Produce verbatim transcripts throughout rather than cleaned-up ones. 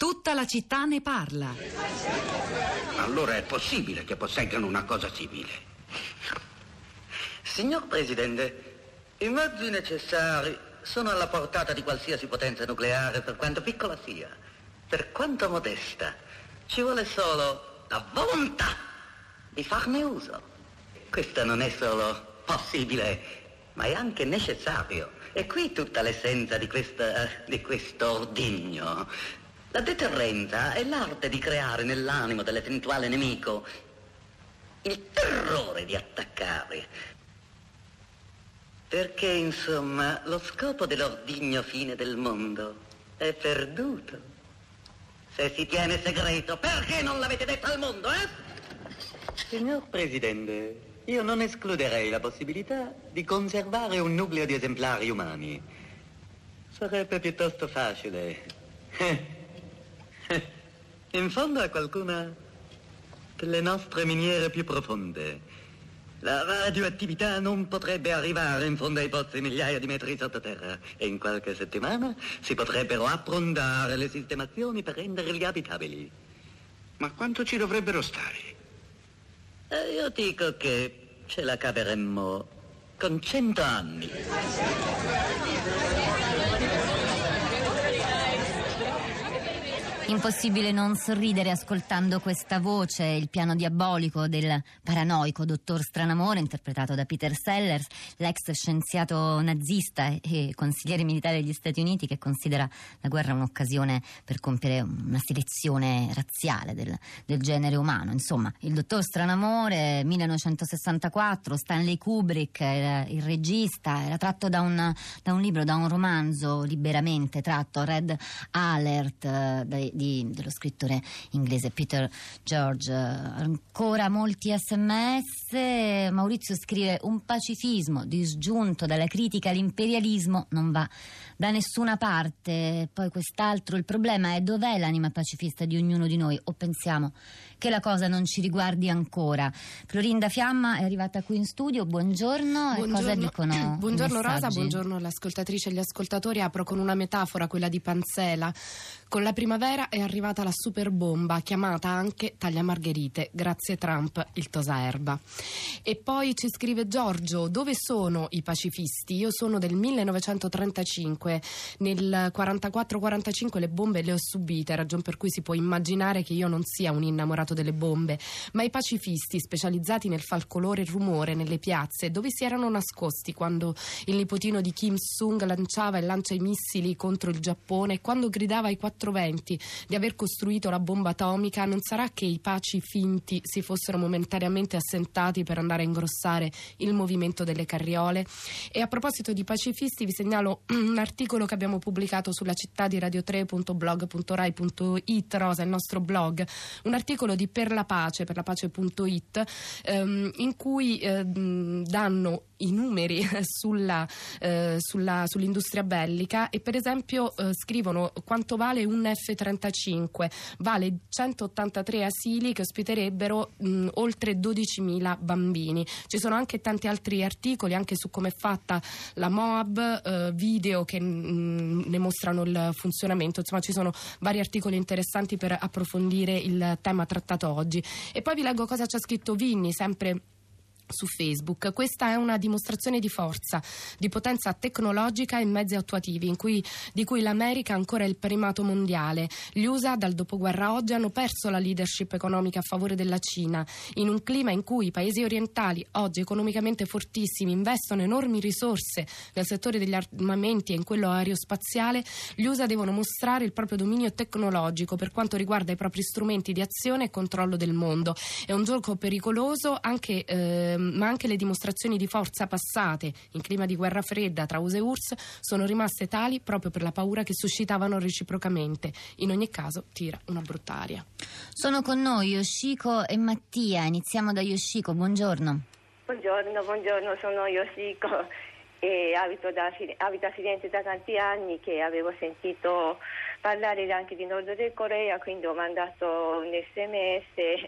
Tutta la città ne parla. Allora è possibile che posseggano una cosa simile. Signor Presidente, i mezzi necessari sono alla portata di qualsiasi potenza nucleare, per quanto piccola sia, per quanto modesta. Ci vuole solo la volontà di farne uso. Questo non è solo possibile, ma è anche necessario. E qui tutta l'essenza di questa, di questo ordigno. La deterrenza è l'arte di creare nell'animo dell'eventuale nemico il terrore di attaccare. Perché, insomma, lo scopo dell'ordigno fine del mondo è perduto. Se si tiene segreto, perché non l'avete detto al mondo, eh? Signor Presidente, io non escluderei la possibilità di conservare un nucleo di esemplari umani. Sarebbe piuttosto facile. In fondo a qualcuna delle nostre miniere più profonde, la radioattività non potrebbe arrivare in fondo ai pozzi migliaia di metri sottoterra e in qualche settimana si potrebbero approndare le sistemazioni per renderli abitabili. Ma quanto ci dovrebbero stare? E io dico che ce la caveremmo con cento anni. Impossibile non sorridere ascoltando questa voce, il piano diabolico del paranoico dottor Stranamore, interpretato da Peter Sellers, l'ex scienziato nazista e consigliere militare degli Stati Uniti che considera la guerra un'occasione per compiere una selezione razziale del, del genere umano. Insomma, il dottor Stranamore, millenovecentosessantaquattro, Stanley Kubrick era il regista, era tratto da un, da un libro, da un romanzo liberamente tratto, Red Alert, dai, Di, dello scrittore inglese Peter George. Ancora molti sms. Maurizio scrive: un pacifismo disgiunto dalla critica all'imperialismo non va da nessuna parte. Poi quest'altro: il problema è dov'è l'anima pacifista di ognuno di noi, o pensiamo che la cosa non ci riguardi ancora. Florinda Fiamma è arrivata qui in studio, buongiorno, buongiorno. E cosa dicono buongiorno i Rosa, buongiorno alle ascoltatrici e agli ascoltatori. Apro con una metafora, quella di Panzela. Con la primavera è arrivata la super bomba, chiamata anche tagliamargherite, grazie Trump, il tosaerba. E poi ci scrive Giorgio: dove sono i pacifisti? Io sono del millenovecentotrentacinque, nel quarantaquattro quarantacinque le bombe le ho subite, ragion per cui si può immaginare che io non sia un innamorato delle bombe, ma i pacifisti specializzati nel far colore e rumore nelle piazze, dove si erano nascosti quando il nipotino di Kim Il-sung lanciava e lancia i missili contro il Giappone, quando gridava ai quattro venti di aver costruito la bomba atomica, non sarà che i paci finti si fossero momentaneamente assentati per andare a ingrossare il movimento delle carriole? E a proposito di pacifisti vi segnalo un articolo che abbiamo pubblicato sulla città di radio tre punto blog punto rai punto it, Rosa, il nostro blog, un articolo di Per la Pace, per la pace punto it, ehm, in cui ehm, danno i numeri sulla, eh, sulla, sull'industria bellica e per esempio eh, scrivono quanto vale un F trentacinque: vale centottantatré asili che ospiterebbero mh, oltre dodicimila bambini. Ci sono anche tanti altri articoli anche su come è fatta la Moab, eh, video che mh, ne mostrano il funzionamento. Insomma, ci sono vari articoli interessanti per approfondire il tema trattato oggi. E poi vi leggo cosa c'ha scritto Vinni, sempre su Facebook. Questa è una dimostrazione di forza, di potenza tecnologica e mezzi attuativi in cui, di cui l'America ha ancora il primato mondiale. Gli U S A dal dopoguerra oggi hanno perso la leadership economica a favore della Cina. In un clima in cui i paesi orientali, oggi economicamente fortissimi, investono enormi risorse nel settore degli armamenti e in quello aerospaziale, gli U S A devono mostrare il proprio dominio tecnologico per quanto riguarda i propri strumenti di azione e controllo del mondo. È un gioco pericoloso anche eh, ma anche le dimostrazioni di forza passate in clima di guerra fredda tra U S A e U R S S sono rimaste tali proprio per la paura che suscitavano reciprocamente. In ogni caso tira una brutta aria. Sono con noi Yoshiko e Mattia. Iniziamo da Yoshiko, buongiorno. Buongiorno, buongiorno, sono Yoshiko e abito, da, abito a Firenze da tanti anni, che avevo sentito parlare anche di Nord Corea, quindi ho mandato un sms.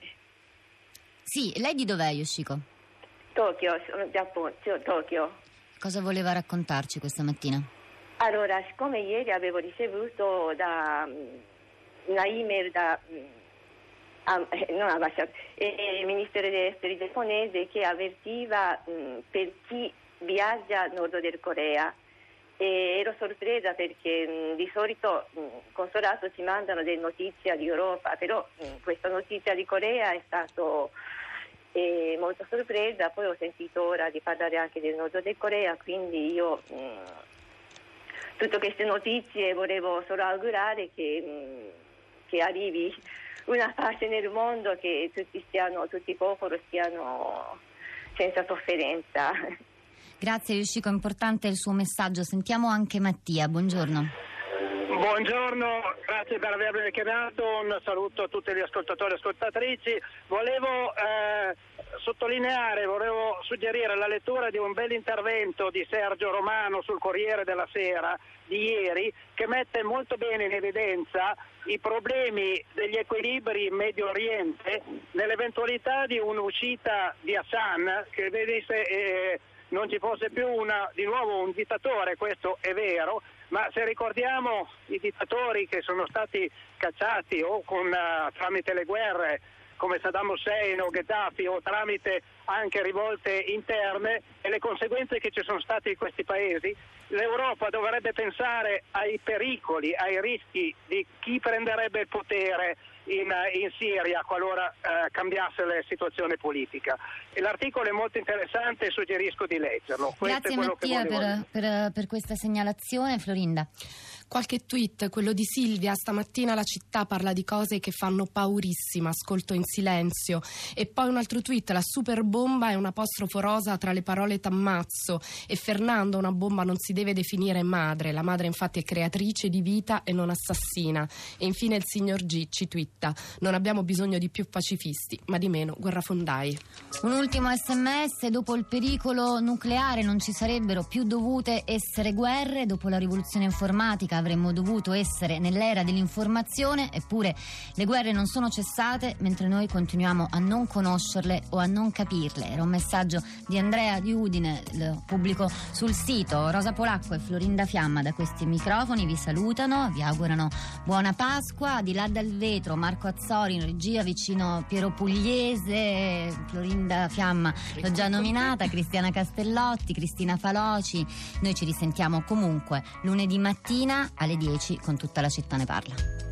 Sì, lei di dov'è, Yoshiko? Tokyo, sono Giappone, Tokyo. Cosa voleva raccontarci questa mattina? Allora, siccome ieri avevo ricevuto da, una email da a, non ambasciatore, il Ministero degli Esteri giapponese che avvertiva mh, per chi viaggia a nord del Corea. E ero sorpresa perché mh, di solito mh, consolato ci mandano delle notizie di Europa, però mh, questa notizia di Corea è stato eh, molto sorpresa. Poi ho sentito ora di parlare anche del nord del Corea, quindi io mh, tutte queste notizie volevo solo augurare che, mh, che arrivi una pace nel mondo, che tutti stiano, tutti i popoli stiano senza sofferenza. Grazie Yoshiko, importante il suo messaggio. Sentiamo anche Mattia, buongiorno. Buongiorno, grazie per avermi chiamato, un saluto a tutti gli ascoltatori e ascoltatrici. Volevo eh, sottolineare, volevo suggerire la lettura di un bel intervento di Sergio Romano sul Corriere della Sera di ieri, che mette molto bene in evidenza i problemi degli equilibri in Medio Oriente nell'eventualità di un'uscita di Hassan, che vedesse eh, non ci fosse più una, di nuovo un dittatore. Questo è vero, ma se ricordiamo i dittatori che sono stati cacciati o con, uh, tramite le guerre come Saddam Hussein o Gheddafi, o tramite anche rivolte interne, e le conseguenze che ci sono state in questi paesi, l'Europa dovrebbe pensare ai pericoli, ai rischi di chi prenderebbe il potere in, in Siria qualora eh, cambiasse la situazione politica. E l'articolo è molto interessante e suggerisco di leggerlo. Grazie Mattia per, per, per questa segnalazione. Florinda. Qualche tweet, quello di Silvia: stamattina la città parla di cose che fanno paurissima, ascolto in silenzio. E poi un altro tweet: la super bomba è un apostrofo rosa tra le parole t'ammazzo. E Fernando: una bomba non si deve definire madre, la madre infatti è creatrice di vita e non assassina. E infine il signor G ci twitta: non abbiamo bisogno di più pacifisti, ma di meno guerrafondai. Un ultimo sms: dopo il pericolo nucleare non ci sarebbero più dovute essere guerre, dopo la rivoluzione informatica avremmo dovuto essere nell'era dell'informazione, eppure le guerre non sono cessate mentre noi continuiamo a non conoscerle o a non capirle. Era un messaggio di Andrea di Udine, lo pubblico sul sito. Rosa Polacco e Florinda Fiamma da questi microfoni vi salutano, vi augurano buona Pasqua. Di là dal vetro Marco Azzori in regia, vicino Piero Pugliese, Florinda Fiamma l'ho già nominata, Cristiana Castellotti, Cristina Faloci. Noi ci risentiamo comunque lunedì mattina alle dieci con Tutta la città ne parla.